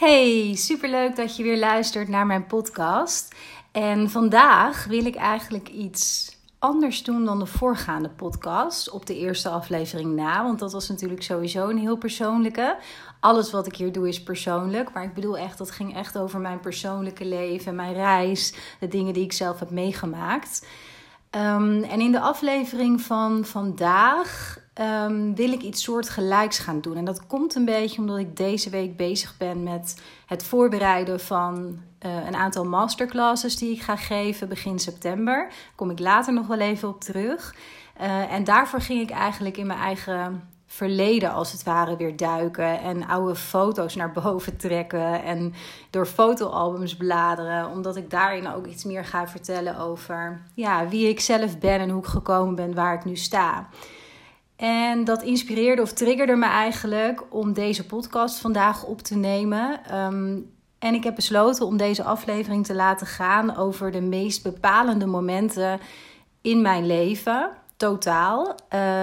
Hey, superleuk dat je weer luistert naar mijn podcast. En vandaag wil ik eigenlijk iets anders doen dan de voorgaande podcast op de eerste aflevering na. Want dat was natuurlijk sowieso een heel persoonlijke. Alles wat ik hier doe is persoonlijk. Maar ik bedoel echt, dat ging echt over mijn persoonlijke leven, mijn reis, de dingen die ik zelf heb meegemaakt. En in de aflevering van vandaag wil ik iets soortgelijks gaan doen. En dat komt een beetje omdat ik deze week bezig ben met het voorbereiden van een aantal masterclasses die ik ga geven begin september. Daar kom ik later nog wel even op terug. En daarvoor ging ik eigenlijk in mijn eigen verleden als het ware weer duiken en oude foto's naar boven trekken en door fotoalbums bladeren, omdat ik daarin ook iets meer ga vertellen over wie ik zelf ben en hoe ik gekomen ben waar ik nu sta. En dat inspireerde of triggerde me eigenlijk om deze podcast vandaag op te nemen. En ik heb besloten om deze aflevering te laten gaan over de meest bepalende momenten in mijn leven, totaal.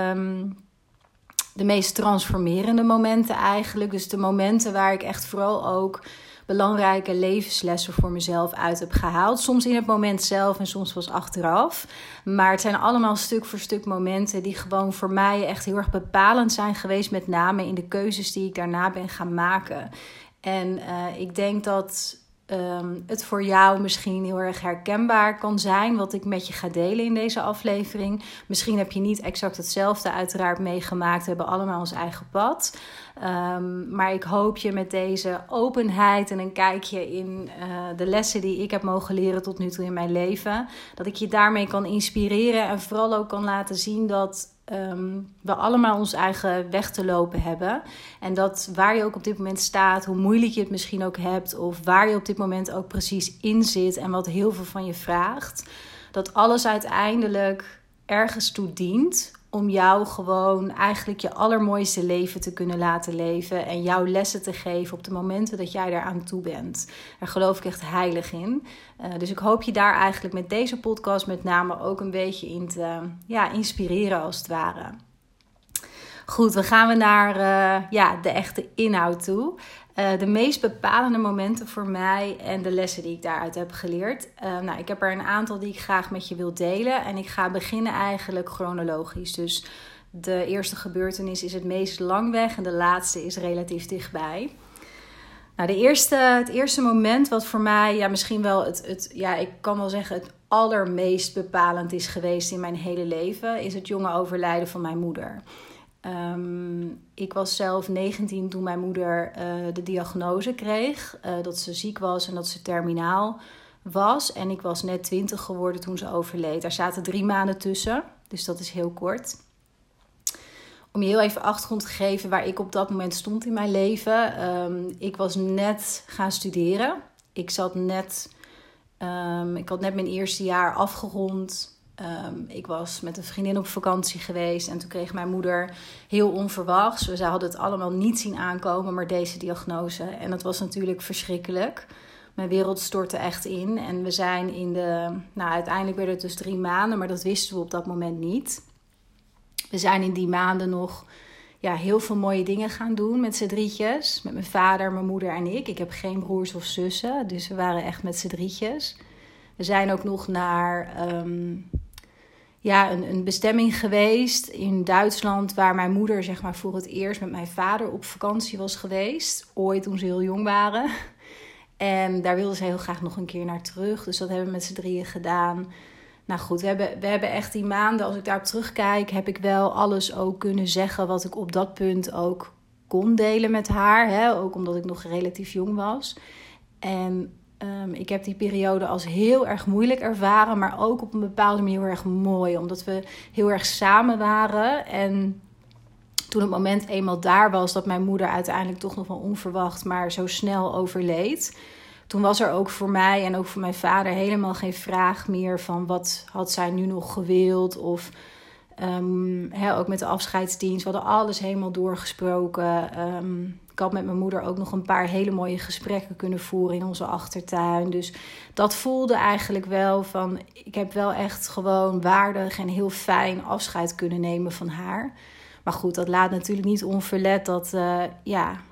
De meest transformerende momenten eigenlijk. Dus de momenten waar ik echt vooral ook belangrijke levenslessen voor mezelf uit heb gehaald. Soms in het moment zelf en soms pas achteraf. Maar het zijn allemaal stuk voor stuk momenten die gewoon voor mij echt heel erg bepalend zijn geweest. Met name in de keuzes die ik daarna ben gaan maken. En ik denk dat het voor jou misschien heel erg herkenbaar kan zijn wat ik met je ga delen in deze aflevering. Misschien heb je niet exact hetzelfde uiteraard meegemaakt. We hebben allemaal ons eigen pad. Maar ik hoop je met deze openheid en een kijkje in de lessen die ik heb mogen leren tot nu toe in mijn leven, dat ik je daarmee kan inspireren en vooral ook kan laten zien dat we allemaal ons eigen weg te lopen hebben. En dat waar je ook op dit moment staat, hoe moeilijk je het misschien ook hebt, of waar je op dit moment ook precies in zit en wat heel veel van je vraagt, dat alles uiteindelijk ergens toe dient om jou gewoon eigenlijk je allermooiste leven te kunnen laten leven en jouw lessen te geven op de momenten dat jij daaraan toe bent. Daar geloof ik echt heilig in. Dus ik hoop je daar eigenlijk met deze podcast met name ook een beetje in te inspireren als het ware. Goed, dan gaan we naar de echte inhoud toe. De meest bepalende momenten voor mij en de lessen die ik daaruit heb geleerd. Ik heb er een aantal die ik graag met je wil delen. En ik ga beginnen eigenlijk chronologisch. Dus de eerste gebeurtenis is het meest lang weg en de laatste is relatief dichtbij. Nou, het eerste moment wat voor mij misschien wel ik kan wel zeggen het allermeest bepalend is geweest in mijn hele leven, is het jonge overlijden van mijn moeder. Ik was zelf 19 toen mijn moeder de diagnose kreeg. Dat ze ziek was en dat ze terminaal was. En ik was net 20 geworden toen ze overleed. Daar zaten 3 maanden tussen. Dus dat is heel kort. Om je heel even achtergrond te geven waar ik op dat moment stond in mijn leven. Ik was net gaan studeren. Ik had net mijn eerste jaar afgerond. Ik was met een vriendin op vakantie geweest en toen kreeg mijn moeder heel onverwachts. We hadden het allemaal niet zien aankomen, maar deze diagnose. En dat was natuurlijk verschrikkelijk. Mijn wereld stortte echt in. En we zijn uiteindelijk werden het dus 3 maanden, maar dat wisten we op dat moment niet. We zijn in die maanden nog heel veel mooie dingen gaan doen met z'n drietjes. Met mijn vader, mijn moeder en ik. Ik heb geen broers of zussen, dus we waren echt met z'n drietjes. We zijn ook nog naar een bestemming geweest in Duitsland, waar mijn moeder voor het eerst met mijn vader op vakantie was geweest. Ooit toen ze heel jong waren. En daar wilde ze heel graag nog een keer naar terug. Dus dat hebben we met z'n drieën gedaan. Nou goed, we hebben echt die maanden, als ik daarop terugkijk, heb ik wel alles ook kunnen zeggen wat ik op dat punt ook kon delen met haar. Hè? Ook omdat ik nog relatief jong was. En ik heb die periode als heel erg moeilijk ervaren, maar ook op een bepaalde manier heel erg mooi. Omdat we heel erg samen waren. En toen het moment eenmaal daar was dat mijn moeder uiteindelijk toch nog wel onverwacht, maar zo snel overleed, toen was er ook voor mij en ook voor mijn vader helemaal geen vraag meer van wat had zij nu nog gewild. Of ook met de afscheidsdienst, we hadden alles helemaal doorgesproken. Ik had met mijn moeder ook nog een paar hele mooie gesprekken kunnen voeren in onze achtertuin. Dus dat voelde eigenlijk wel van, ik heb wel echt gewoon waardig en heel fijn afscheid kunnen nemen van haar. Maar goed, dat laat natuurlijk niet onverlet dat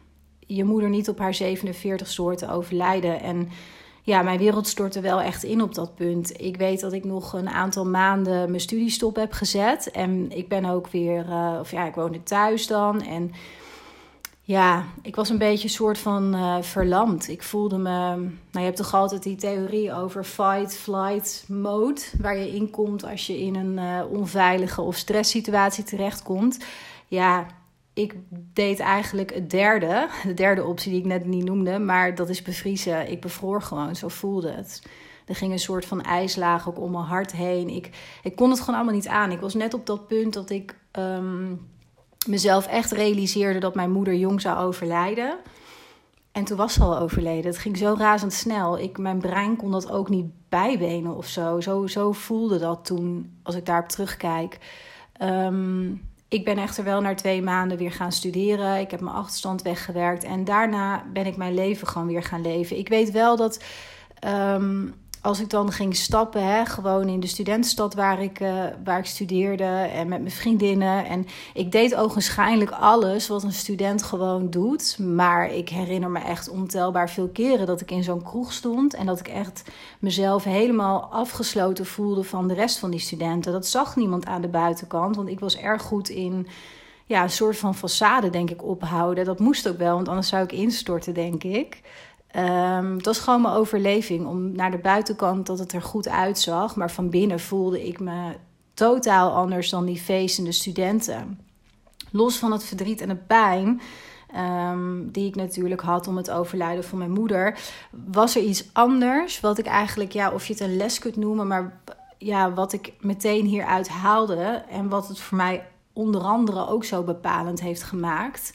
je moeder niet op haar 47 hoort te overlijden. En ja, mijn wereld stortte wel echt in op dat punt. Ik weet dat ik nog een aantal maanden mijn studiestop heb gezet. En ik ben ook weer, ik woonde thuis dan. En ja, ik was een beetje een soort van verlamd. Ik voelde me... Nou, je hebt toch altijd die theorie over fight-flight mode, waar je in komt als je in een onveilige of stresssituatie terechtkomt. Ja, ik deed eigenlijk de derde optie die ik net niet noemde, maar dat is bevriezen. Ik bevroor gewoon, zo voelde het. Er ging een soort van ijslaag ook om mijn hart heen. Ik kon het gewoon allemaal niet aan. Ik was net op dat punt dat ik mezelf echt realiseerde dat mijn moeder jong zou overlijden. En toen was ze al overleden. Het ging zo razendsnel. Mijn brein kon dat ook niet bijbenen of zo. Zo voelde dat toen, als ik daarop terugkijk. Ik ben echter wel na 2 maanden weer gaan studeren. Ik heb mijn achterstand weggewerkt. En daarna ben ik mijn leven gewoon weer gaan leven. Ik weet wel dat als ik dan ging stappen, gewoon in de studentenstad waar ik studeerde en met mijn vriendinnen. En ik deed ogenschijnlijk alles wat een student gewoon doet. Maar ik herinner me echt ontelbaar veel keren dat ik in zo'n kroeg stond. En dat ik echt mezelf helemaal afgesloten voelde van de rest van die studenten. Dat zag niemand aan de buitenkant, want ik was erg goed in een soort van façade, denk ik, ophouden. Dat moest ook wel, want anders zou ik instorten, denk ik. Het was gewoon mijn overleving om naar de buitenkant dat het er goed uitzag. Maar van binnen voelde ik me totaal anders dan die feestende studenten. Los van het verdriet en de pijn die ik natuurlijk had om het overlijden van mijn moeder, was er iets anders wat ik eigenlijk, of je het een les kunt noemen, maar wat ik meteen hieruit haalde en wat het voor mij onder andere ook zo bepalend heeft gemaakt.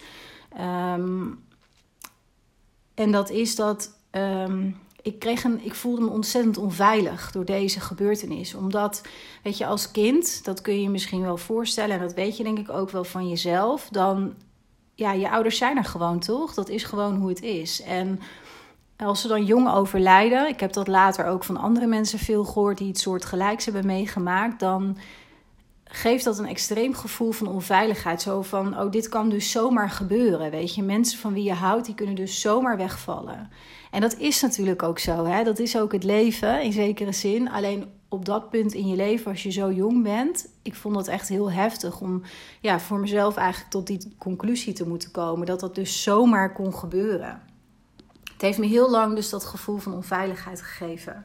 En dat is dat ik voelde me ontzettend onveilig door deze gebeurtenis. Omdat, weet je, als kind, dat kun je je misschien wel voorstellen, en dat weet je denk ik ook wel van jezelf, dan, je ouders zijn er gewoon, toch? Dat is gewoon hoe het is. En als ze dan jong overlijden, ik heb dat later ook van andere mensen veel gehoord die iets soortgelijks hebben meegemaakt, dan geeft dat een extreem gevoel van onveiligheid. Zo van, dit kan dus zomaar gebeuren, weet je. Mensen van wie je houdt, die kunnen dus zomaar wegvallen. En dat is natuurlijk ook zo, hè. Dat is ook het leven, in zekere zin. Alleen op dat punt in je leven, als je zo jong bent, ik vond dat echt heel heftig om voor mezelf eigenlijk tot die conclusie te moeten komen, dat dat dus zomaar kon gebeuren. Het heeft me heel lang dus dat gevoel van onveiligheid gegeven.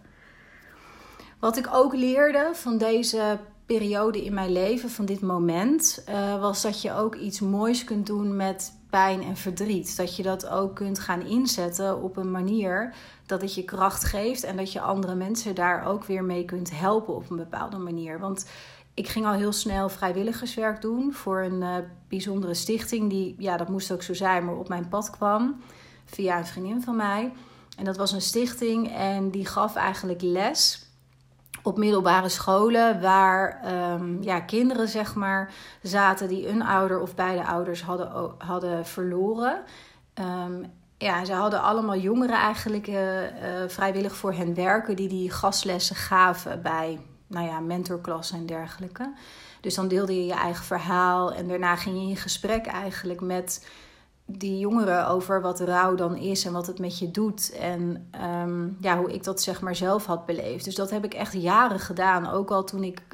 Wat ik ook leerde van deze periode in mijn leven, van dit moment, was dat je ook iets moois kunt doen met pijn en verdriet. Dat je dat ook kunt gaan inzetten op een manier dat het je kracht geeft en dat je andere mensen daar ook weer mee kunt helpen op een bepaalde manier. Want ik ging al heel snel vrijwilligerswerk doen voor een bijzondere stichting die, dat moest ook zo zijn, maar op mijn pad kwam via een vriendin van mij. En dat was een stichting en die gaf eigenlijk les op middelbare scholen waar kinderen, zeg maar, zaten die een ouder of beide ouders hadden verloren. Ze hadden allemaal jongeren eigenlijk vrijwillig voor hen werken die gastlessen gaven bij mentorklassen en dergelijke. Dus dan deelde je je eigen verhaal en daarna ging je in gesprek eigenlijk met die jongeren over wat rouw dan is en wat het met je doet. En hoe ik dat zeg maar zelf had beleefd. Dus dat heb ik echt jaren gedaan. Ook al toen ik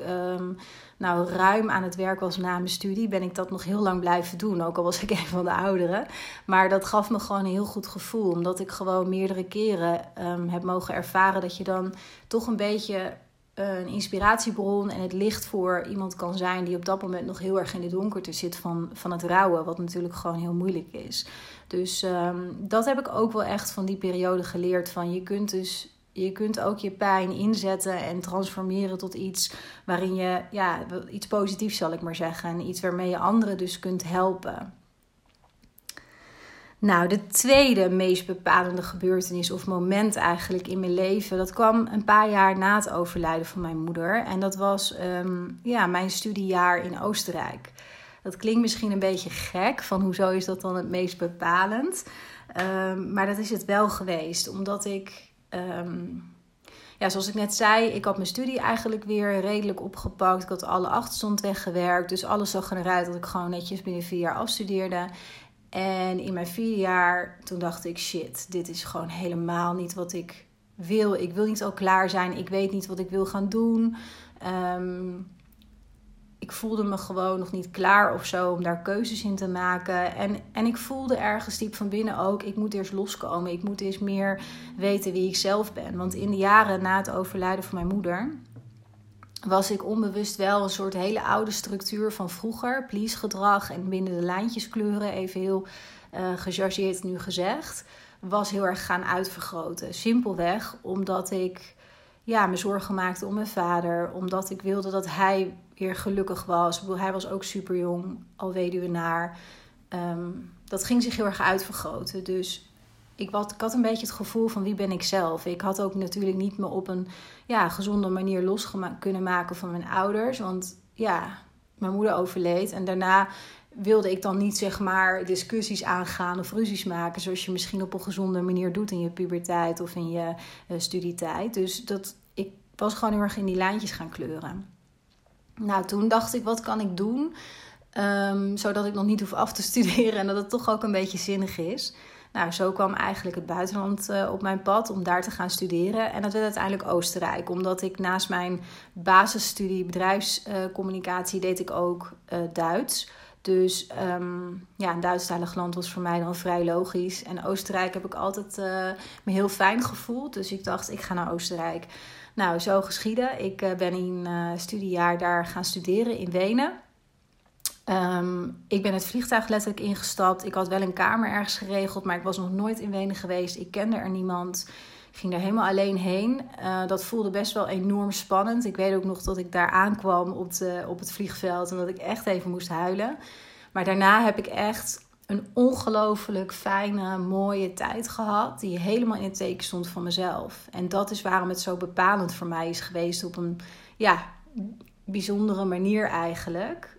ruim aan het werk was na mijn studie, ben ik dat nog heel lang blijven doen. Ook al was ik een van de ouderen. Maar dat gaf me gewoon een heel goed gevoel. Omdat ik gewoon meerdere keren heb mogen ervaren dat je dan toch een beetje een inspiratiebron en het licht voor iemand kan zijn die op dat moment nog heel erg in de donkerte zit van het rouwen, wat natuurlijk gewoon heel moeilijk is. Dus dat heb ik ook wel echt van die periode geleerd. Van je kunt ook je pijn inzetten en transformeren tot iets waarin je, iets positiefs zal ik maar zeggen. En iets waarmee je anderen dus kunt helpen. Nou, de tweede meest bepalende gebeurtenis of moment eigenlijk in mijn leven, dat kwam een paar jaar na het overlijden van mijn moeder. En dat was mijn studiejaar in Oostenrijk. Dat klinkt misschien een beetje gek, van hoezo is dat dan het meest bepalend? Maar dat is het wel geweest, omdat ik, zoals ik net zei, ik had mijn studie eigenlijk weer redelijk opgepakt. Ik had alle achterstand weggewerkt, dus alles zag eruit dat ik gewoon netjes binnen 4 jaar afstudeerde. En in mijn 4e jaar, toen dacht ik, shit, dit is gewoon helemaal niet wat ik wil. Ik wil niet al klaar zijn. Ik weet niet wat ik wil gaan doen. Ik voelde me gewoon nog niet klaar of zo om daar keuzes in te maken. En ik voelde ergens diep van binnen ook, ik moet eerst loskomen. Ik moet eerst meer weten wie ik zelf ben. Want in de jaren na het overlijden van mijn moeder was ik onbewust wel een soort hele oude structuur van vroeger. Please gedrag en binnen de lijntjes kleuren, even heel gechargeerd nu gezegd, was heel erg gaan uitvergroten. Simpelweg omdat ik me zorgen maakte om mijn vader. Omdat ik wilde dat hij weer gelukkig was. Ik bedoel, hij was ook super jong, al weduwenaar. Dat ging zich heel erg uitvergroten. Dus ik had een beetje het gevoel van wie ben ik zelf. Ik had ook natuurlijk niet me op een gezonde manier los kunnen maken van mijn ouders. Want mijn moeder overleed. En daarna wilde ik dan niet zeg maar discussies aangaan of ruzies maken, zoals je misschien op een gezonde manier doet in je puberteit of in je studietijd. Dus ik was gewoon heel erg in die lijntjes gaan kleuren. Nou, toen dacht ik, wat kan ik doen zodat ik nog niet hoef af te studeren en dat het toch ook een beetje zinnig is. Nou, zo kwam eigenlijk het buitenland op mijn pad om daar te gaan studeren. En dat werd uiteindelijk Oostenrijk. Omdat ik naast mijn basisstudie bedrijfscommunicatie deed ik ook Duits. Dus een Duitsstalig land was voor mij dan vrij logisch. En Oostenrijk heb ik altijd me heel fijn gevoeld. Dus ik dacht, ik ga naar Oostenrijk. Nou, zo geschieden. Ik ben in studiejaar daar gaan studeren in Wenen. Ik ben het vliegtuig letterlijk ingestapt. Ik had wel een kamer ergens geregeld, maar ik was nog nooit in Wenen geweest. Ik kende er niemand. Ik ging daar helemaal alleen heen. Dat voelde best wel enorm spannend. Ik weet ook nog dat ik daar aankwam op het vliegveld en dat ik echt even moest huilen. Maar daarna heb ik echt een ongelooflijk fijne, mooie tijd gehad die helemaal in het teken stond van mezelf. En dat is waarom het zo bepalend voor mij is geweest op een bijzondere manier eigenlijk.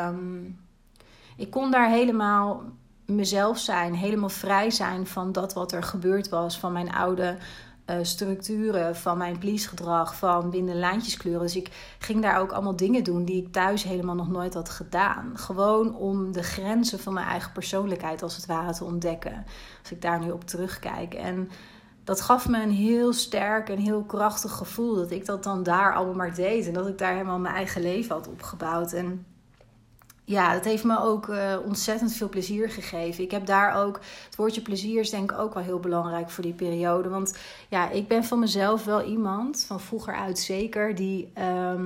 Ik kon daar helemaal mezelf zijn, helemaal vrij zijn van dat wat er gebeurd was, van mijn oude structuren, van mijn please-gedrag, van binnen lijntjes kleuren. Dus ik ging daar ook allemaal dingen doen die ik thuis helemaal nog nooit had gedaan. Gewoon om de grenzen van mijn eigen persoonlijkheid als het ware te ontdekken. Als ik daar nu op terugkijk. En dat gaf me een heel sterk en heel krachtig gevoel dat ik dat dan daar allemaal maar deed. En dat ik daar helemaal mijn eigen leven had opgebouwd. En dat heeft me ook ontzettend veel plezier gegeven. Ik heb daar ook, het woordje plezier is denk ik ook wel heel belangrijk voor die periode. Want ik ben van mezelf wel iemand, van vroeger uit zeker, die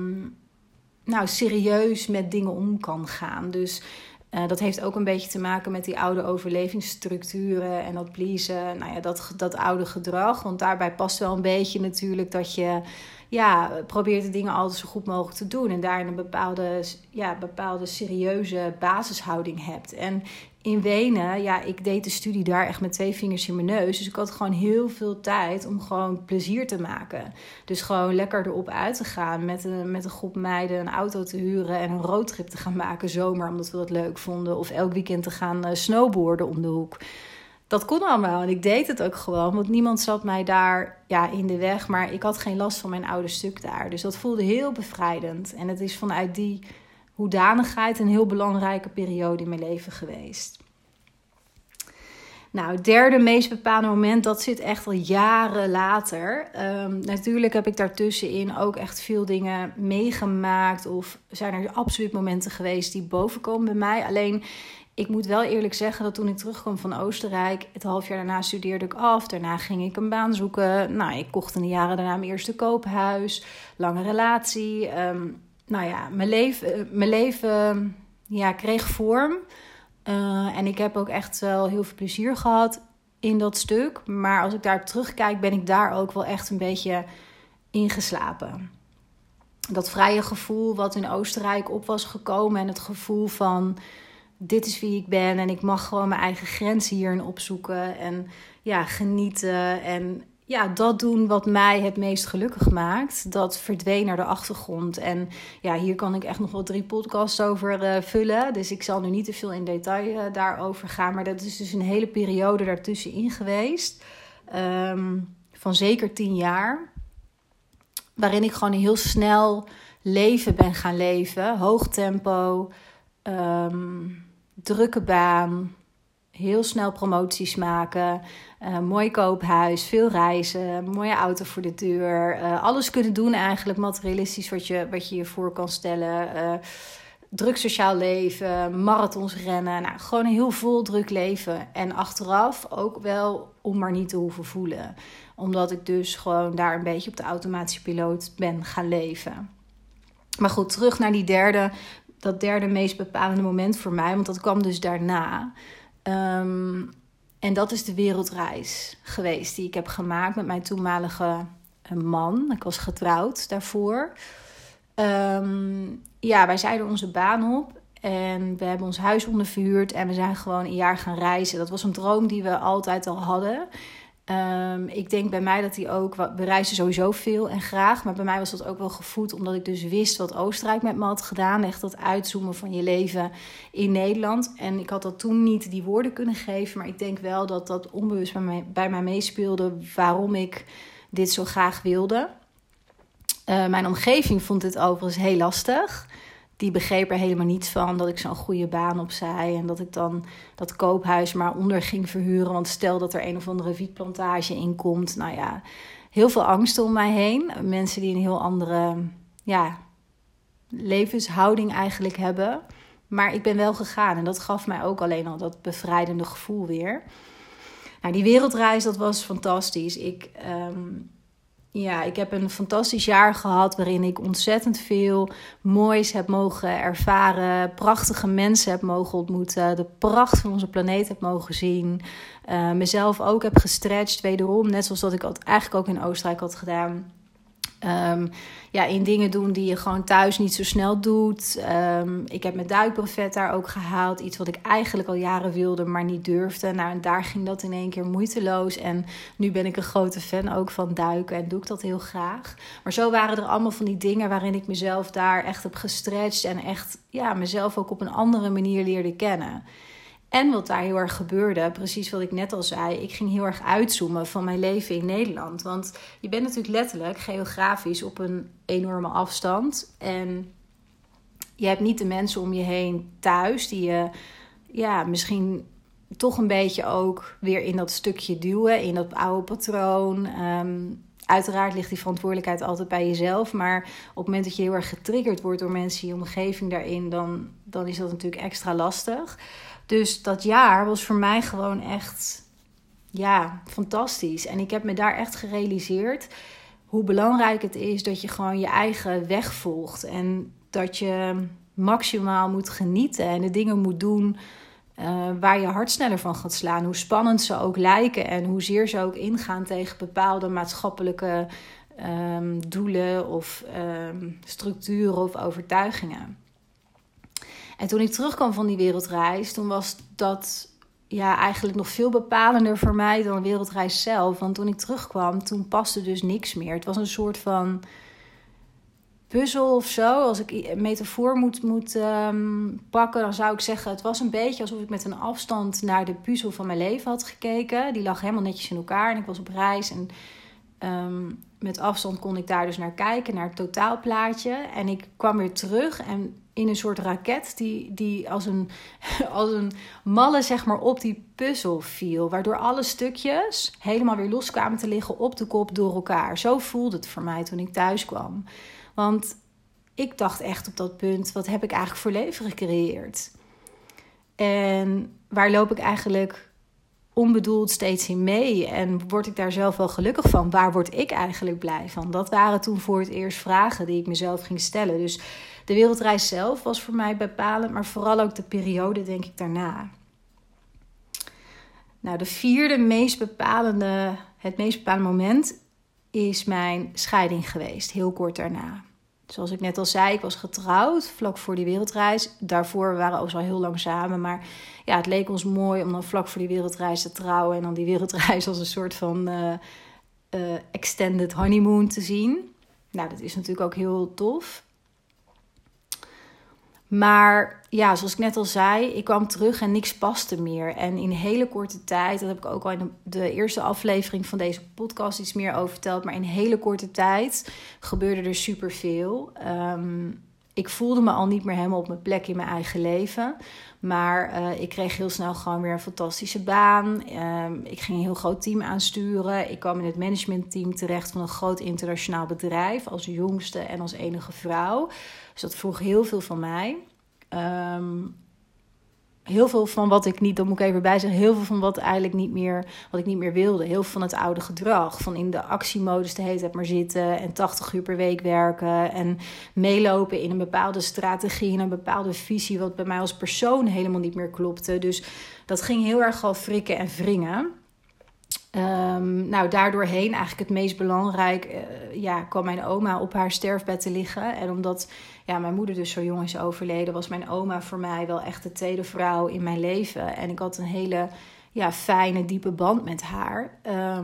serieus met dingen om kan gaan. Dus dat heeft ook een beetje te maken met die oude overlevingsstructuren en dat pleasen, dat oude gedrag. Want daarbij past wel een beetje natuurlijk dat je probeert de dingen altijd zo goed mogelijk te doen. En daarin een bepaalde serieuze basishouding hebt. En in Wenen, ik deed de studie daar echt met 2 vingers in mijn neus. Dus ik had gewoon heel veel tijd om gewoon plezier te maken. Dus gewoon lekker erop uit te gaan. Met een groep meiden een auto te huren en een roadtrip te gaan maken zomer. Omdat we dat leuk vonden. Of elk weekend te gaan snowboarden om de hoek. Dat kon allemaal en ik deed het ook gewoon. Want niemand zat mij daar in de weg. Maar ik had geen last van mijn oude stuk daar. Dus dat voelde heel bevrijdend. En het is vanuit die hoedanigheid een heel belangrijke periode in mijn leven geweest. Nou, het derde meest bepaalde moment, dat zit echt al jaren later. Natuurlijk heb ik daartussenin ook echt veel dingen meegemaakt. Of zijn er absoluut momenten geweest die bovenkomen bij mij. Alleen, ik moet wel eerlijk zeggen dat toen ik terugkwam van Oostenrijk, het half jaar daarna studeerde ik af. Daarna ging ik een baan zoeken. Nou, ik kocht in de jaren daarna mijn eerste koophuis. Lange relatie. Mijn leven kreeg vorm. En ik heb ook echt wel heel veel plezier gehad in dat stuk. Maar als ik daarop terugkijk, ben ik daar ook wel echt een beetje ingeslapen. Dat vrije gevoel wat in Oostenrijk op was gekomen en het gevoel van dit is wie ik ben en ik mag gewoon mijn eigen grenzen hierin opzoeken en genieten en dat doen wat mij het meest gelukkig maakt, dat verdween naar de achtergrond. En hier kan ik echt nog wel 3 podcasts over vullen. Dus ik zal nu niet te veel in detail daarover gaan. Maar dat is dus een hele periode daartussenin geweest. Van zeker 10 jaar. Waarin ik gewoon een heel snel leven ben gaan leven. Hoog tempo. Drukke baan. heel snel promoties maken, mooi koophuis, veel reizen, mooie auto voor de deur. Alles kunnen doen eigenlijk, materialistisch wat je je voor kan stellen. Druk sociaal leven, marathons rennen. Nou, gewoon een heel vol druk leven. En achteraf ook wel om maar niet te hoeven voelen. Omdat ik dus gewoon daar een beetje op de automatische piloot ben gaan leven. Maar goed, terug naar dat derde meest bepalende moment voor mij. Want dat kwam dus daarna. En dat is de wereldreis geweest die ik heb gemaakt met mijn toenmalige man. Ik was getrouwd daarvoor. Wij zeiden onze baan op en we hebben ons huis onderverhuurd en we zijn gewoon een jaar gaan reizen. Dat was een droom die we altijd al hadden. Ik denk bij mij dat die ook, we reizen sowieso veel en graag, maar bij mij was dat ook wel gevoed omdat ik dus wist wat Oostenrijk met me had gedaan. Echt dat uitzoomen van je leven in Nederland. En ik had dat toen niet die woorden kunnen geven, maar ik denk wel dat dat onbewust bij mij meespeelde waarom ik dit zo graag wilde. Mijn omgeving vond dit overigens heel lastig. Die begreep er helemaal niets van dat ik zo'n goede baan opzij. En dat ik dan dat koophuis maar onder ging verhuren. Want stel dat er een of andere wietplantage in komt. Nou ja, heel veel angsten om mij heen. Mensen die een heel andere levenshouding eigenlijk hebben. Maar ik ben wel gegaan. En dat gaf mij ook alleen al dat bevrijdende gevoel weer. Nou, die wereldreis, dat was fantastisch. Ik heb een fantastisch jaar gehad waarin ik ontzettend veel moois heb mogen ervaren. Prachtige mensen heb mogen ontmoeten. De pracht van onze planeet heb mogen zien. Mezelf ook heb gestretched wederom. Net zoals dat ik eigenlijk ook in Oostenrijk had gedaan. In dingen doen die je gewoon thuis niet zo snel doet. Ik heb mijn duikbrevet daar ook gehaald. Iets wat ik eigenlijk al jaren wilde, maar niet durfde. Nou, en daar ging dat in één keer moeiteloos. En nu ben ik een grote fan ook van duiken en doe ik dat heel graag. Maar zo waren er allemaal van die dingen waarin ik mezelf daar echt heb gestretched. En echt mezelf ook op een andere manier leerde kennen. En wat daar heel erg gebeurde, precies wat ik net al zei, ik ging heel erg uitzoomen van mijn leven in Nederland. Want je bent natuurlijk letterlijk geografisch op een enorme afstand. En je hebt niet de mensen om je heen thuis die je misschien toch een beetje ook weer in dat stukje duwen, in dat oude patroon. Uiteraard ligt die verantwoordelijkheid altijd bij jezelf. Maar op het moment dat je heel erg getriggerd wordt door mensen in je omgeving daarin, dan is dat natuurlijk extra lastig. Dus dat jaar was voor mij gewoon echt fantastisch. En ik heb me daar echt gerealiseerd hoe belangrijk het is dat je gewoon je eigen weg volgt. En dat je maximaal moet genieten en de dingen moet doen waar je hart sneller van gaat slaan. Hoe spannend ze ook lijken en hoezeer ze ook ingaan tegen bepaalde maatschappelijke doelen of structuren of overtuigingen. En toen ik terugkwam van die wereldreis, toen was dat eigenlijk nog veel bepalender voor mij dan de wereldreis zelf. Want toen ik terugkwam, toen paste dus niks meer. Het was een soort van puzzel of zo. Als ik een metafoor moet pakken, dan zou ik zeggen, het was een beetje alsof ik met een afstand naar de puzzel van mijn leven had gekeken. Die lag helemaal netjes in elkaar en ik was op reis en met afstand kon ik daar dus naar kijken, naar het totaalplaatje. En ik kwam weer terug en in een soort raket die als een malle zeg maar op die puzzel viel. Waardoor alle stukjes helemaal weer los kwamen te liggen op de kop door elkaar. Zo voelde het voor mij toen ik thuis kwam. Want ik dacht echt op dat punt, wat heb ik eigenlijk voor leven gecreëerd? En waar loop ik eigenlijk onbedoeld steeds in mee? En word ik daar zelf wel gelukkig van? Waar word ik eigenlijk blij van? Dat waren toen voor het eerst vragen die ik mezelf ging stellen. Dus de wereldreis zelf was voor mij bepalend, maar vooral ook de periode, denk ik, daarna. Nou, het meest bepalende moment is mijn scheiding geweest, heel kort daarna. Zoals ik net al zei, ik was getrouwd vlak voor die wereldreis. Daarvoor waren we ook al heel lang samen, maar het leek ons mooi om dan vlak voor die wereldreis te trouwen en dan die wereldreis als een soort van extended honeymoon te zien. Nou, dat is natuurlijk ook heel tof. Maar zoals ik net al zei, ik kwam terug en niks paste meer. En in een hele korte tijd, dat heb ik ook al in de eerste aflevering van deze podcast iets meer over verteld. Maar in een hele korte tijd gebeurde er superveel. ik voelde me al niet meer helemaal op mijn plek in mijn eigen leven. Maar ik kreeg heel snel gewoon weer een fantastische baan. Ik ging een heel groot team aansturen. Ik kwam in het managementteam terecht van een groot internationaal bedrijf. Als jongste en als enige vrouw. Dus dat vroeg heel veel van mij. Heel veel van wat ik niet, dat moet ik even bij zeggen, heel veel van wat eigenlijk niet meer, wat ik niet meer wilde. Heel veel van het oude gedrag. Van in de actiemodus de hele tijd maar zitten en 80 uur per week werken. En meelopen in een bepaalde strategie en een bepaalde visie, wat bij mij als persoon helemaal niet meer klopte. Dus dat ging heel erg al frikken en wringen. Daardoorheen eigenlijk het meest belangrijk, kwam mijn oma op haar sterfbed te liggen. En omdat mijn moeder dus zo jong is overleden, was mijn oma voor mij wel echt de tweede vrouw in mijn leven. En ik had een hele fijne, diepe band met haar.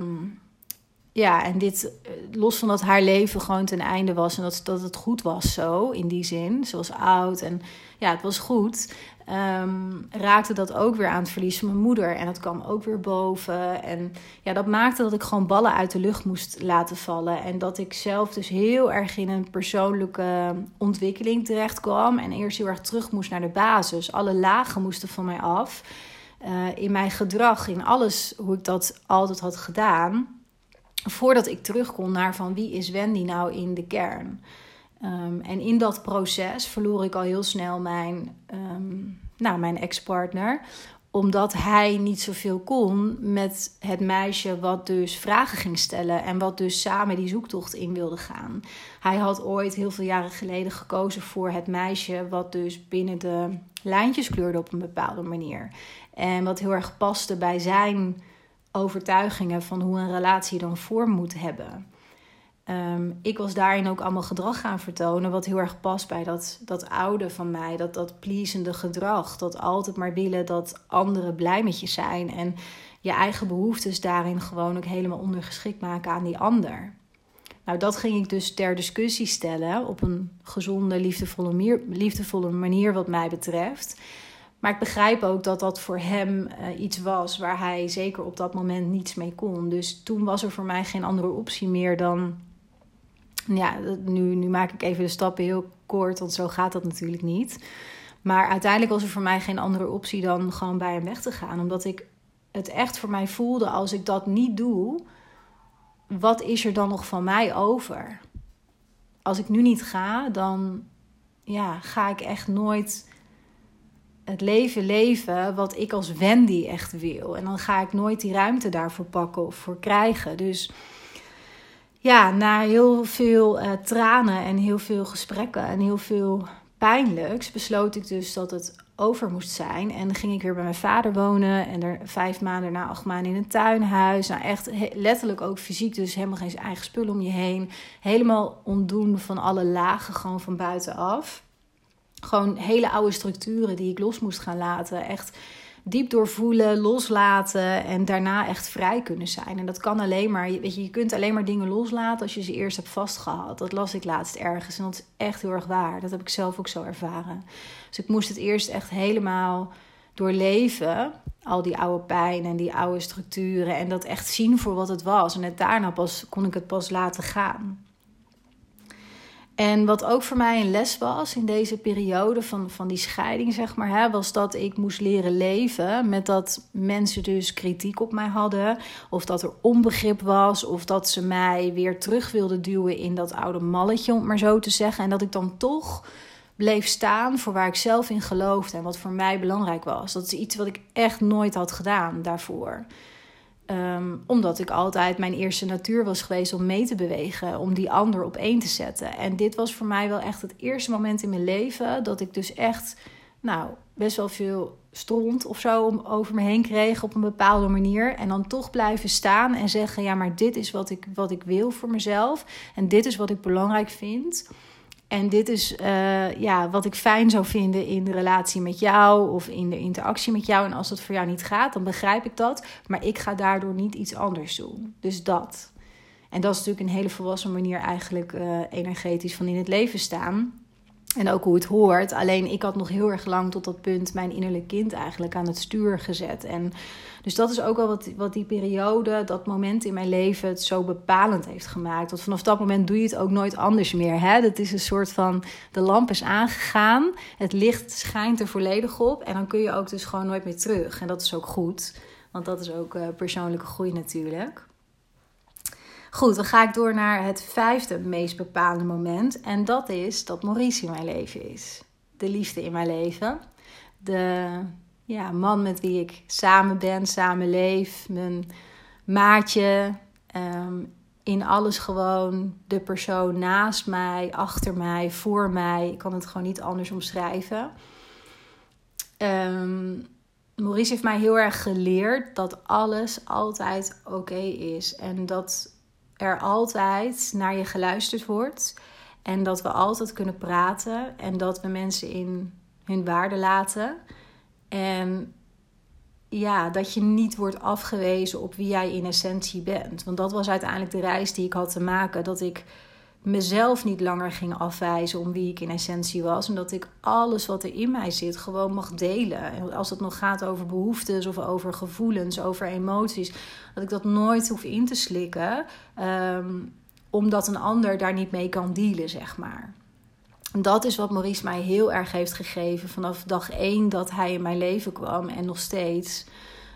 En dit, los van dat haar leven gewoon ten einde was en dat het goed was zo, in die zin. Ze was oud en het was goed. Raakte dat ook weer aan het verlies van mijn moeder. En dat kwam ook weer boven. En dat maakte dat ik gewoon ballen uit de lucht moest laten vallen. En dat ik zelf dus heel erg in een persoonlijke ontwikkeling terecht kwam. En eerst heel erg terug moest naar de basis. Alle lagen moesten van mij af. In mijn gedrag, in alles hoe ik dat altijd had gedaan. Voordat ik terug kon naar van wie is Wendy nou in de kern. En in dat proces verloor ik al heel snel mijn ex-partner. Omdat hij niet zoveel kon met het meisje wat dus vragen ging stellen. En wat dus samen die zoektocht in wilde gaan. Hij had ooit heel veel jaren geleden gekozen voor het meisje wat dus binnen de lijntjes kleurde op een bepaalde manier. En wat heel erg paste bij zijn overtuigingen van hoe een relatie dan vorm moet hebben. Ik was daarin ook allemaal gedrag gaan vertonen wat heel erg past bij dat oude van mij. Dat pleasende gedrag. Dat altijd maar willen dat anderen blij met je zijn. En je eigen behoeftes daarin gewoon ook helemaal ondergeschikt maken aan die ander. Nou, dat ging ik dus ter discussie stellen op een gezonde, liefdevolle manier wat mij betreft. Maar ik begrijp ook dat dat voor hem iets was waar hij zeker op dat moment niets mee kon. Dus toen was er voor mij geen andere optie meer dan... Nu maak ik even de stappen heel kort, want zo gaat dat natuurlijk niet. Maar uiteindelijk was er voor mij geen andere optie dan gewoon bij hem weg te gaan. Omdat ik het echt voor mij voelde, als ik dat niet doe, wat is er dan nog van mij over? Als ik nu niet ga, dan ga ik echt nooit het leven wat ik als Wendy echt wil. En dan ga ik nooit die ruimte daarvoor pakken of voor krijgen. Dus na heel veel tranen en heel veel gesprekken en heel veel pijnlijks besloot ik dus dat het over moest zijn. En dan ging ik weer bij mijn vader wonen en er 5 maanden na 8 maanden in een tuinhuis. Nou echt letterlijk ook fysiek, dus helemaal geen eigen spul om je heen. Helemaal ontdoen van alle lagen, gewoon van buitenaf. Gewoon hele oude structuren die ik los moest gaan laten. Echt diep doorvoelen, loslaten en daarna echt vrij kunnen zijn. En dat kan alleen maar, je kunt alleen maar dingen loslaten als je ze eerst hebt vastgehad. Dat las ik laatst ergens en dat is echt heel erg waar. Dat heb ik zelf ook zo ervaren. Dus ik moest het eerst echt helemaal doorleven, al die oude pijn en die oude structuren. En dat echt zien voor wat het was. En net daarna kon ik het pas laten gaan. En wat ook voor mij een les was in deze periode van die scheiding, zeg maar, was dat ik moest leren leven met dat mensen dus kritiek op mij hadden. Of dat er onbegrip was, of dat ze mij weer terug wilden duwen in dat oude malletje, om het maar zo te zeggen. En dat ik dan toch bleef staan voor waar ik zelf in geloofde en wat voor mij belangrijk was. Dat is iets wat ik echt nooit had gedaan daarvoor. Omdat ik altijd mijn eerste natuur was geweest om mee te bewegen, om die ander op één te zetten. En dit was voor mij wel echt het eerste moment in mijn leven dat ik dus echt best wel veel stront of zo over me heen kreeg op een bepaalde manier. En dan toch blijven staan en zeggen, ja, maar dit is wat ik wil voor mezelf. En dit is wat ik belangrijk vind. En dit is wat ik fijn zou vinden in de relatie met jou of in de interactie met jou. En als dat voor jou niet gaat, dan begrijp ik dat. Maar ik ga daardoor niet iets anders doen. Dus dat. En dat is natuurlijk een hele volwassen manier eigenlijk energetisch van in het leven staan. En ook hoe het hoort. Alleen ik had nog heel erg lang tot dat punt mijn innerlijk kind eigenlijk aan het stuur gezet. En dus dat is ook wel wat die periode, dat moment in mijn leven het zo bepalend heeft gemaakt. Want vanaf dat moment doe je het ook nooit anders meer. Hè? Dat is een soort van, de lamp is aangegaan. Het licht schijnt er volledig op. En dan kun je ook dus gewoon nooit meer terug. En dat is ook goed. Want dat is ook persoonlijke groei natuurlijk. Goed, dan ga ik door naar het 5e meest bepalende moment. En dat is dat Maurice in mijn leven is. De liefde in mijn leven. De man met wie ik samen ben, samen leef. Mijn maatje. In alles gewoon de persoon naast mij, achter mij, voor mij. Ik kan het gewoon niet anders omschrijven. Maurice heeft mij heel erg geleerd dat alles altijd oké is. En dat er altijd naar je geluisterd wordt. En dat we altijd kunnen praten. En dat we mensen in hun waarde laten. En dat je niet wordt afgewezen op wie jij in essentie bent. Want dat was uiteindelijk de reis die ik had te maken. Dat ik mezelf niet langer ging afwijzen om wie ik in essentie was. En dat ik alles wat er in mij zit gewoon mag delen. En als het nog gaat over behoeftes of over gevoelens, over emoties. Dat ik dat nooit hoef in te slikken. Omdat een ander daar niet mee kan dealen, zeg maar. En dat is wat Maurice mij heel erg heeft gegeven. Vanaf dag 1 dat hij in mijn leven kwam. En nog steeds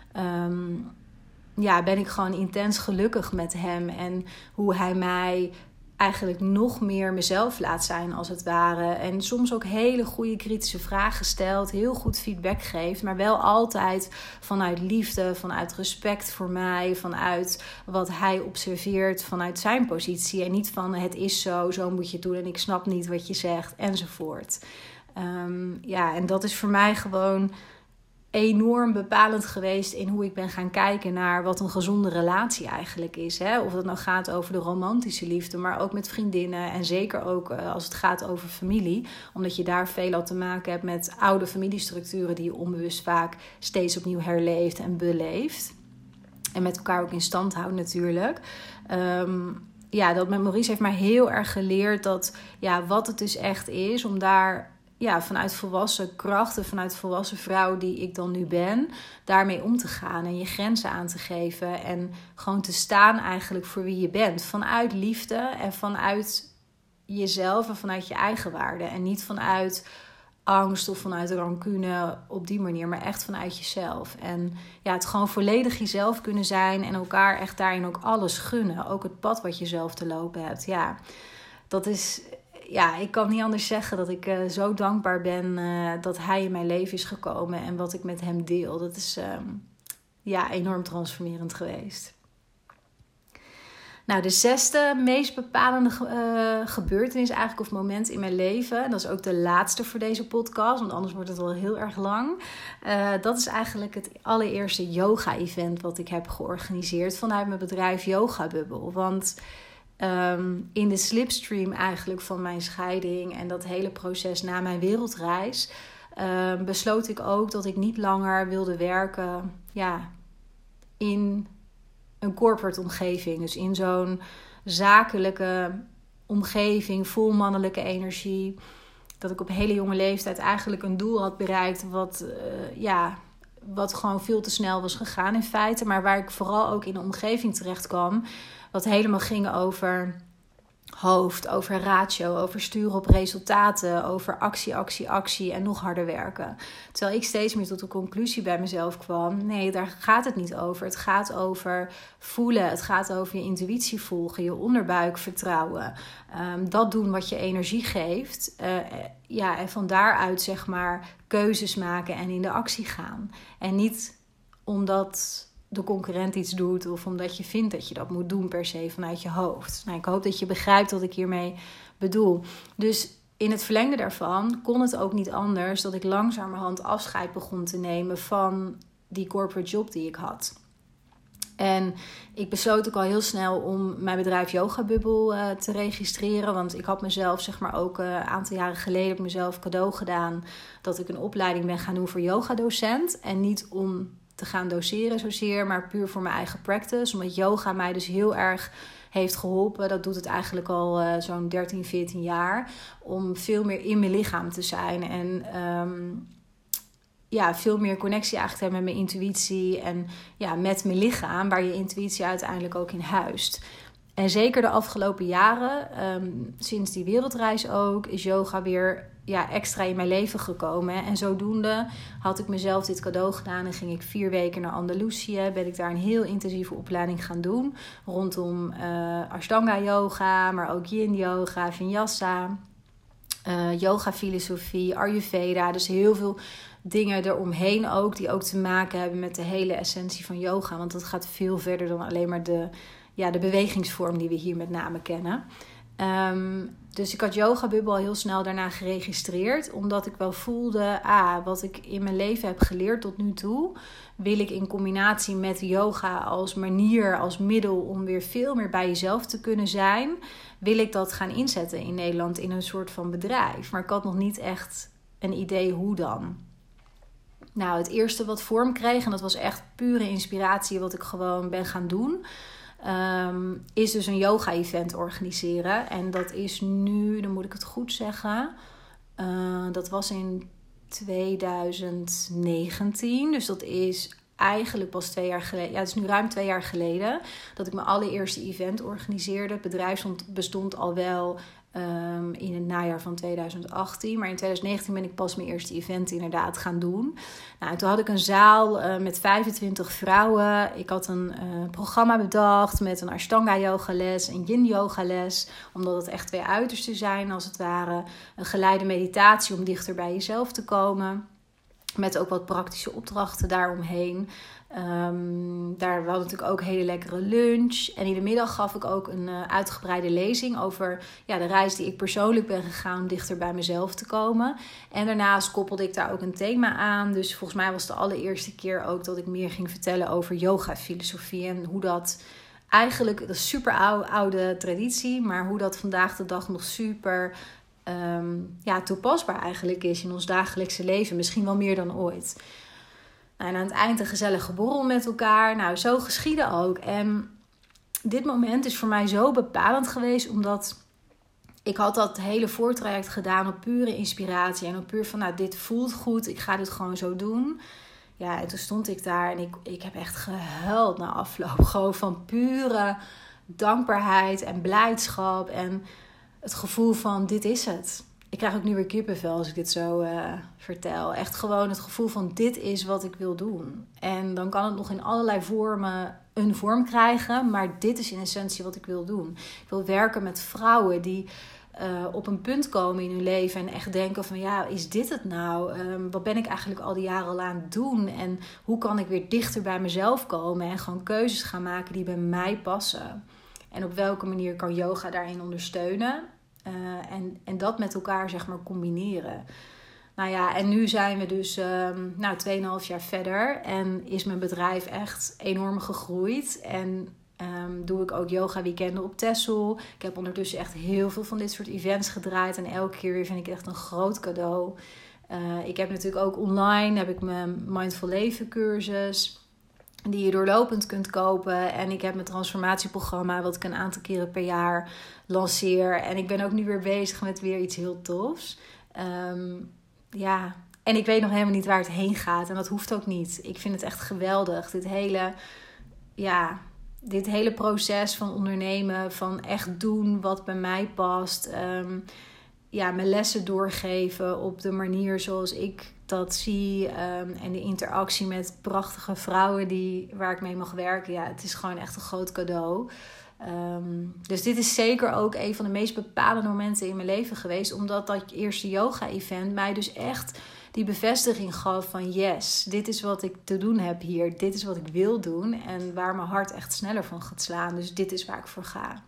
ben ik gewoon intens gelukkig met hem. En hoe hij mij eigenlijk nog meer mezelf laat zijn als het ware. En soms ook hele goede kritische vragen stelt. Heel goed feedback geeft. Maar wel altijd vanuit liefde, vanuit respect voor mij. Vanuit wat hij observeert vanuit zijn positie. En niet van het is zo, zo moet je het doen. En ik snap niet wat je zegt enzovoort. En dat is voor mij gewoon enorm bepalend geweest in hoe ik ben gaan kijken naar wat een gezonde relatie eigenlijk is. Hè? Of het nou gaat over de romantische liefde, maar ook met vriendinnen. En zeker ook als het gaat over familie. Omdat je daar veelal te maken hebt met oude familiestructuren die je onbewust vaak steeds opnieuw herleeft en beleeft. En met elkaar ook in stand houdt natuurlijk. Dat met Maurice heeft mij heel erg geleerd dat wat het dus echt is om daar vanuit volwassen krachten, vanuit volwassen vrouw die ik dan nu ben, daarmee om te gaan en je grenzen aan te geven en gewoon te staan eigenlijk voor wie je bent. Vanuit liefde en vanuit jezelf en vanuit je eigen waarde. En niet vanuit angst of vanuit rancune op die manier, maar echt vanuit jezelf. En het gewoon volledig jezelf kunnen zijn en elkaar echt daarin ook alles gunnen. Ook het pad wat je zelf te lopen hebt. Ja, dat is... ik kan niet anders zeggen dat ik zo dankbaar ben dat hij in mijn leven is gekomen en wat ik met hem deel. Dat is enorm transformerend geweest. Nou, de 6e meest bepalende gebeurtenis eigenlijk of moment in mijn leven. En dat is ook de laatste voor deze podcast, want anders wordt het wel heel erg lang. Dat is eigenlijk het allereerste yoga-event wat ik heb georganiseerd vanuit mijn bedrijf Yoga Bubble. Want in de slipstream eigenlijk van mijn scheiding en dat hele proces na mijn wereldreis besloot ik ook dat ik niet langer wilde werken in een corporate omgeving. Dus in zo'n zakelijke omgeving vol mannelijke energie. Dat ik op hele jonge leeftijd eigenlijk een doel had bereikt wat gewoon veel te snel was gegaan in feite. Maar waar ik vooral ook in een omgeving terecht kwam wat helemaal ging over hoofd, over ratio, over sturen op resultaten, over actie en nog harder werken. Terwijl ik steeds meer tot de conclusie bij mezelf kwam, nee, daar gaat het niet over. Het gaat over voelen, het gaat over je intuïtie volgen, je onderbuik vertrouwen. Dat doen wat je energie geeft. En van daaruit zeg maar keuzes maken en in de actie gaan. En niet omdat de concurrent iets doet of omdat je vindt dat je dat moet doen per se vanuit je hoofd. Nou, ik hoop dat je begrijpt wat ik hiermee bedoel. Dus in het verlengde daarvan kon het ook niet anders dat ik langzamerhand afscheid begon te nemen van die corporate job die ik had. En ik besloot ook al heel snel om mijn bedrijf Yoga Bubble te registreren. Want ik had mezelf zeg maar ook een aantal jaren geleden op mezelf cadeau gedaan dat ik een opleiding ben gaan doen voor yogadocent. En niet om te gaan doseren zozeer, maar puur voor mijn eigen practice. Omdat yoga mij dus heel erg heeft geholpen. Dat doet het eigenlijk al zo'n 13, 14 jaar. Om veel meer in mijn lichaam te zijn. En veel meer connectie eigenlijk te hebben met mijn intuïtie. En met mijn lichaam, waar je intuïtie uiteindelijk ook in huist. En zeker de afgelopen jaren, sinds die wereldreis ook, is yoga weer extra in mijn leven gekomen. En zodoende had ik mezelf dit cadeau gedaan en ging ik 4 weken naar Andalusië. Ben ik daar een heel intensieve opleiding gaan doen. Rondom Ashtanga yoga, maar ook yin yoga, vinyasa, yoga filosofie, Ayurveda. Dus heel veel dingen eromheen ook, die ook te maken hebben met de hele essentie van yoga. Want dat gaat veel verder dan alleen maar de bewegingsvorm die we hier met name kennen. Dus ik had Yoga Bubble al heel snel daarna geregistreerd. Omdat ik wel voelde, wat ik in mijn leven heb geleerd tot nu toe, wil ik in combinatie met yoga als manier, als middel om weer veel meer bij jezelf te kunnen zijn, wil ik dat gaan inzetten in Nederland in een soort van bedrijf. Maar ik had nog niet echt een idee hoe dan. Nou, het eerste wat vorm kreeg, en dat was echt pure inspiratie wat ik gewoon ben gaan doen, is dus een yoga-event organiseren. En dat is nu, dan moet ik het goed zeggen, dat was in 2019. Dus dat is eigenlijk pas 2 jaar geleden. Ja, het is nu ruim 2 jaar geleden dat ik mijn allereerste event organiseerde. Het bedrijf bestond al wel in het najaar van 2018. Maar in 2019 ben ik pas mijn eerste event inderdaad gaan doen. Nou, toen had ik een zaal met 25 vrouwen. Ik had een programma bedacht met een Ashtanga yogales, een yin yogales. Omdat het echt 2 uitersten zijn als het ware. Een geleide meditatie om dichter bij jezelf te komen. Met ook wat praktische opdrachten daaromheen. We hadden natuurlijk ook hele lekkere lunch. En in de middag gaf ik ook een uitgebreide lezing over de reis die ik persoonlijk ben gegaan om dichter bij mezelf te komen. En daarnaast koppelde ik daar ook een thema aan. Dus volgens mij was het de allereerste keer ook dat ik meer ging vertellen over yoga-filosofie. En hoe dat eigenlijk, dat is super oude traditie, maar hoe dat vandaag de dag nog super toepasbaar eigenlijk is in ons dagelijkse leven. Misschien wel meer dan ooit. En aan het eind een gezellige borrel met elkaar. Nou, zo geschiedde ook. En dit moment is voor mij zo bepalend geweest, omdat ik had dat hele voortraject gedaan op pure inspiratie. En op puur van, dit voelt goed, ik ga dit gewoon zo doen. Ja, en toen stond ik daar en ik heb echt gehuild na afloop. Gewoon van pure dankbaarheid en blijdschap en het gevoel van, dit is het. Ik krijg ook nu weer kippenvel als ik dit zo vertel. Echt gewoon het gevoel van, dit is wat ik wil doen. En dan kan het nog in allerlei vormen een vorm krijgen. Maar dit is in essentie wat ik wil doen. Ik wil werken met vrouwen die op een punt komen in hun leven. En echt denken van, is dit het nou? Wat ben ik eigenlijk al die jaren al aan het doen? En hoe kan ik weer dichter bij mezelf komen? En gewoon keuzes gaan maken die bij mij passen. En op welke manier kan yoga daarin ondersteunen? En dat met elkaar zeg maar combineren. Nou ja, en nu zijn we dus 2,5 jaar verder. En is mijn bedrijf echt enorm gegroeid. En doe ik ook yoga weekenden op Texel. Ik heb ondertussen echt heel veel van dit soort events gedraaid. En elke keer weer vind ik echt een groot cadeau. Ik heb natuurlijk ook online mijn Mindful Leven cursus, die je doorlopend kunt kopen. En ik heb mijn transformatieprogramma, wat ik een aantal keren per jaar lanceer. En ik ben ook nu weer bezig met weer iets heel tofs. En ik weet nog helemaal niet waar het heen gaat. En dat hoeft ook niet. Ik vind het echt geweldig. Dit hele proces van ondernemen, van echt doen wat bij mij past. Mijn lessen doorgeven op de manier zoals ik dat zie. En de interactie met prachtige vrouwen waar ik mee mag werken. Ja, het is gewoon echt een groot cadeau. Dus dit is zeker ook een van de meest bepalende momenten in mijn leven geweest. Omdat dat eerste yoga-event mij dus echt die bevestiging gaf van, yes, dit is wat ik te doen heb hier. Dit is wat ik wil doen en waar mijn hart echt sneller van gaat slaan. Dus dit is waar ik voor ga.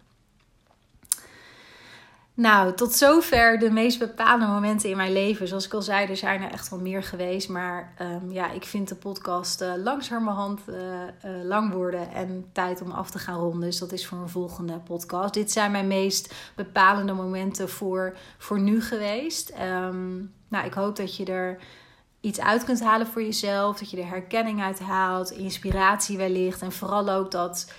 Nou, tot zover de meest bepalende momenten in mijn leven. Zoals ik al zei, er zijn er echt wel meer geweest. Maar ik vind de podcast langzamerhand lang worden en tijd om af te gaan ronden. Dus dat is voor een volgende podcast. Dit zijn mijn meest bepalende momenten voor nu geweest. Ik hoop dat je er iets uit kunt halen voor jezelf. Dat je er herkenning uit haalt, inspiratie wellicht. En vooral ook dat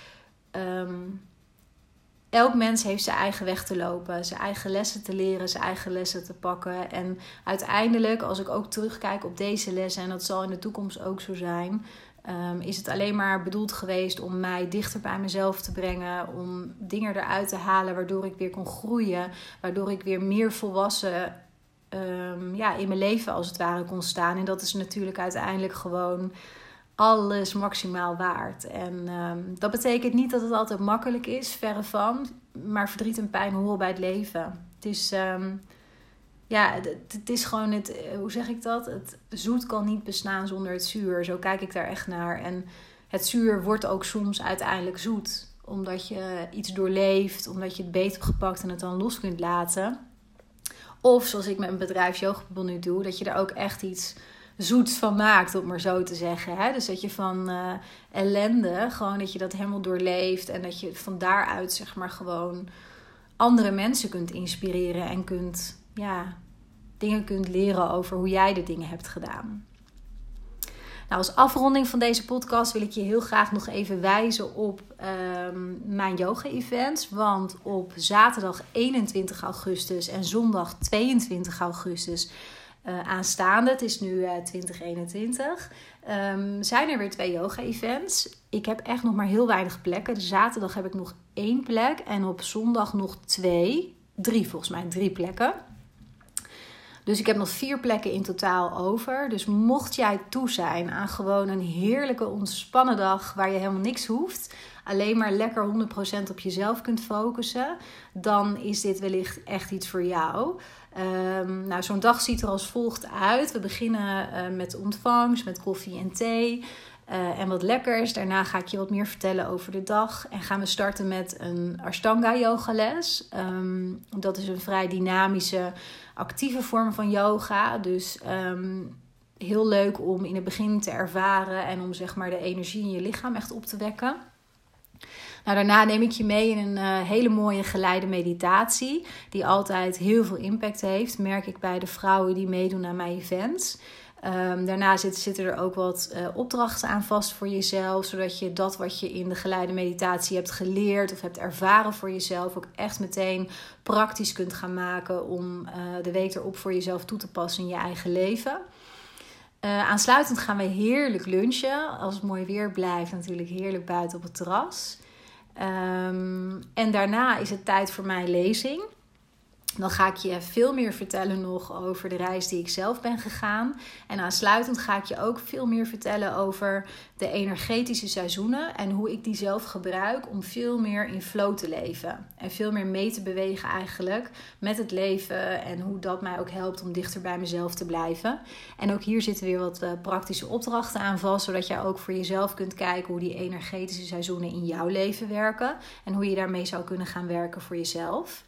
elk mens heeft zijn eigen weg te lopen. Zijn eigen lessen te leren, zijn eigen lessen te pakken. En uiteindelijk, als ik ook terugkijk op deze lessen, en dat zal in de toekomst ook zo zijn, is het alleen maar bedoeld geweest om mij dichter bij mezelf te brengen. Om dingen eruit te halen waardoor ik weer kon groeien. Waardoor ik weer meer volwassen in mijn leven als het ware kon staan. En dat is natuurlijk uiteindelijk gewoon alles maximaal waard. En dat betekent niet dat het altijd makkelijk is, verre van. Maar verdriet en pijn horen bij het leven. Het is, het is gewoon hoe zeg ik dat? Het zoet kan niet bestaan zonder het zuur. Zo kijk ik daar echt naar. En het zuur wordt ook soms uiteindelijk zoet. Omdat je iets doorleeft, omdat je het beet hebt gepakt en het dan los kunt laten. Of zoals ik met mijn bedrijf Yogabubble nu doe, dat je er ook echt iets zoets van maakt, om maar zo te zeggen. Hè? Dus dat je van ellende, gewoon dat je dat helemaal doorleeft. En dat je van daaruit zeg maar gewoon andere mensen kunt inspireren. En dingen kunt leren over hoe jij de dingen hebt gedaan. Nou, als afronding van deze podcast wil ik je heel graag nog even wijzen op mijn yoga-events. Want op zaterdag 21 augustus en zondag 22 augustus aanstaande, het is nu 2021, zijn er weer 2 yoga-events. Ik heb echt nog maar heel weinig plekken. Dus zaterdag heb ik nog 1 plek en op zondag nog 3 plekken. Dus ik heb nog 4 plekken in totaal over. Dus mocht jij toe zijn aan gewoon een heerlijke ontspannen dag waar je helemaal niks hoeft, alleen maar lekker 100% op jezelf kunt focussen, dan is dit wellicht echt iets voor jou. Zo'n dag ziet er als volgt uit. We beginnen met ontvangst, met koffie en thee en wat lekkers. Daarna ga ik je wat meer vertellen over de dag. En gaan we starten met een Ashtanga yogales. Dat is een vrij dynamische, actieve vorm van yoga. Dus heel leuk om in het begin te ervaren en om zeg maar de energie in je lichaam echt op te wekken. Nou, daarna neem ik je mee in een hele mooie geleide meditatie, die altijd heel veel impact heeft, merk ik bij de vrouwen die meedoen aan mijn events. Daarna zitten er ook wat opdrachten aan vast voor jezelf, zodat je dat wat je in de geleide meditatie hebt geleerd of hebt ervaren voor jezelf ook echt meteen praktisch kunt gaan maken om de week erop voor jezelf toe te passen in je eigen leven. Aansluitend gaan we heerlijk lunchen. Als het mooi weer blijft, natuurlijk heerlijk buiten op het terras. En daarna is het tijd voor mijn lezing. Dan ga ik je veel meer vertellen nog over de reis die ik zelf ben gegaan. En aansluitend ga ik je ook veel meer vertellen over de energetische seizoenen. En hoe ik die zelf gebruik om veel meer in flow te leven. En veel meer mee te bewegen eigenlijk met het leven. En hoe dat mij ook helpt om dichter bij mezelf te blijven. En ook hier zitten weer wat praktische opdrachten aan vast. Zodat jij ook voor jezelf kunt kijken hoe die energetische seizoenen in jouw leven werken. En hoe je daarmee zou kunnen gaan werken voor jezelf.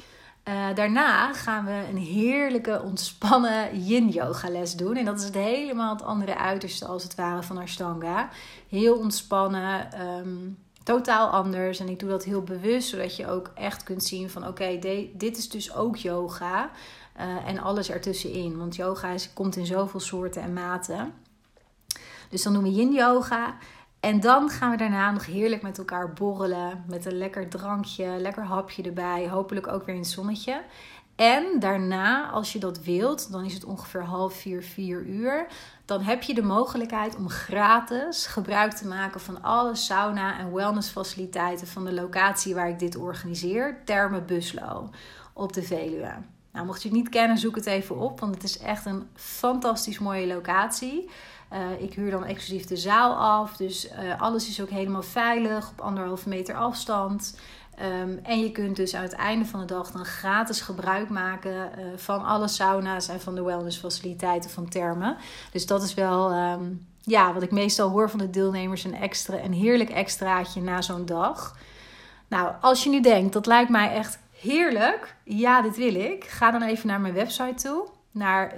Daarna gaan we een heerlijke ontspannen yin-yoga les doen. En dat is helemaal het andere uiterste als het ware van Ashtanga. Heel ontspannen, totaal anders. En ik doe dat heel bewust, zodat je ook echt kunt zien van oké, dit is dus ook yoga. En alles ertussenin. Want yoga komt in zoveel soorten en maten. Dus dan doen we yin-yoga. En dan gaan we daarna nog heerlijk met elkaar borrelen. Met een lekker drankje, lekker hapje erbij. Hopelijk ook weer in het zonnetje. En daarna, als je dat wilt, dan is het ongeveer 3:30, 4:00. Dan heb je de mogelijkheid om gratis gebruik te maken van alle sauna- en wellnessfaciliteiten van de locatie waar ik dit organiseer. Therme Buslo op de Veluwe. Nou, mocht je het niet kennen, zoek het even op. Want het is echt een fantastisch mooie locatie. Ik huur dan exclusief de zaal af. Dus alles is ook helemaal veilig op 1,5 meter afstand. En je kunt dus aan het einde van de dag dan gratis gebruik maken van alle sauna's en van de wellnessfaciliteiten van Therme. Dus dat is wel wat ik meestal hoor van de deelnemers, een heerlijk extraatje na zo'n dag. Nou, als je nu denkt, dat lijkt mij echt heerlijk. Ja, dit wil ik. Ga dan even naar mijn website toe. Naar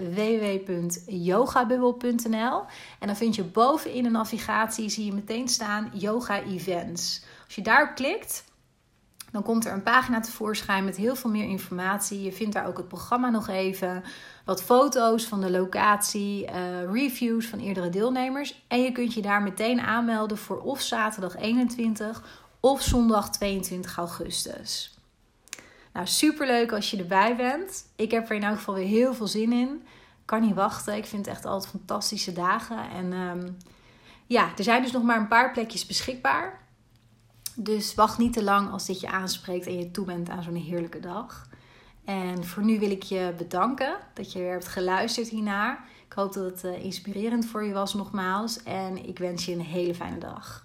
www.yogabubbel.nl. En dan vind je bovenin de navigatie, zie je meteen staan yoga events. Als je daarop klikt, Dan komt er een pagina tevoorschijn met heel veel meer informatie. Je vindt daar ook het programma nog even. Wat foto's van de locatie. Reviews van eerdere deelnemers. En je kunt je daar meteen aanmelden voor of zaterdag 21 of zondag 22 augustus. Nou, superleuk als je erbij bent. Ik heb er in elk geval weer heel veel zin in. Kan niet wachten. Ik vind het echt altijd fantastische dagen. En er zijn dus nog maar een paar plekjes beschikbaar. Dus wacht niet te lang als dit je aanspreekt en je toe bent aan zo'n heerlijke dag. En voor nu wil ik je bedanken dat je weer hebt geluisterd hiernaar. Ik hoop dat het inspirerend voor je was nogmaals. En ik wens je een hele fijne dag.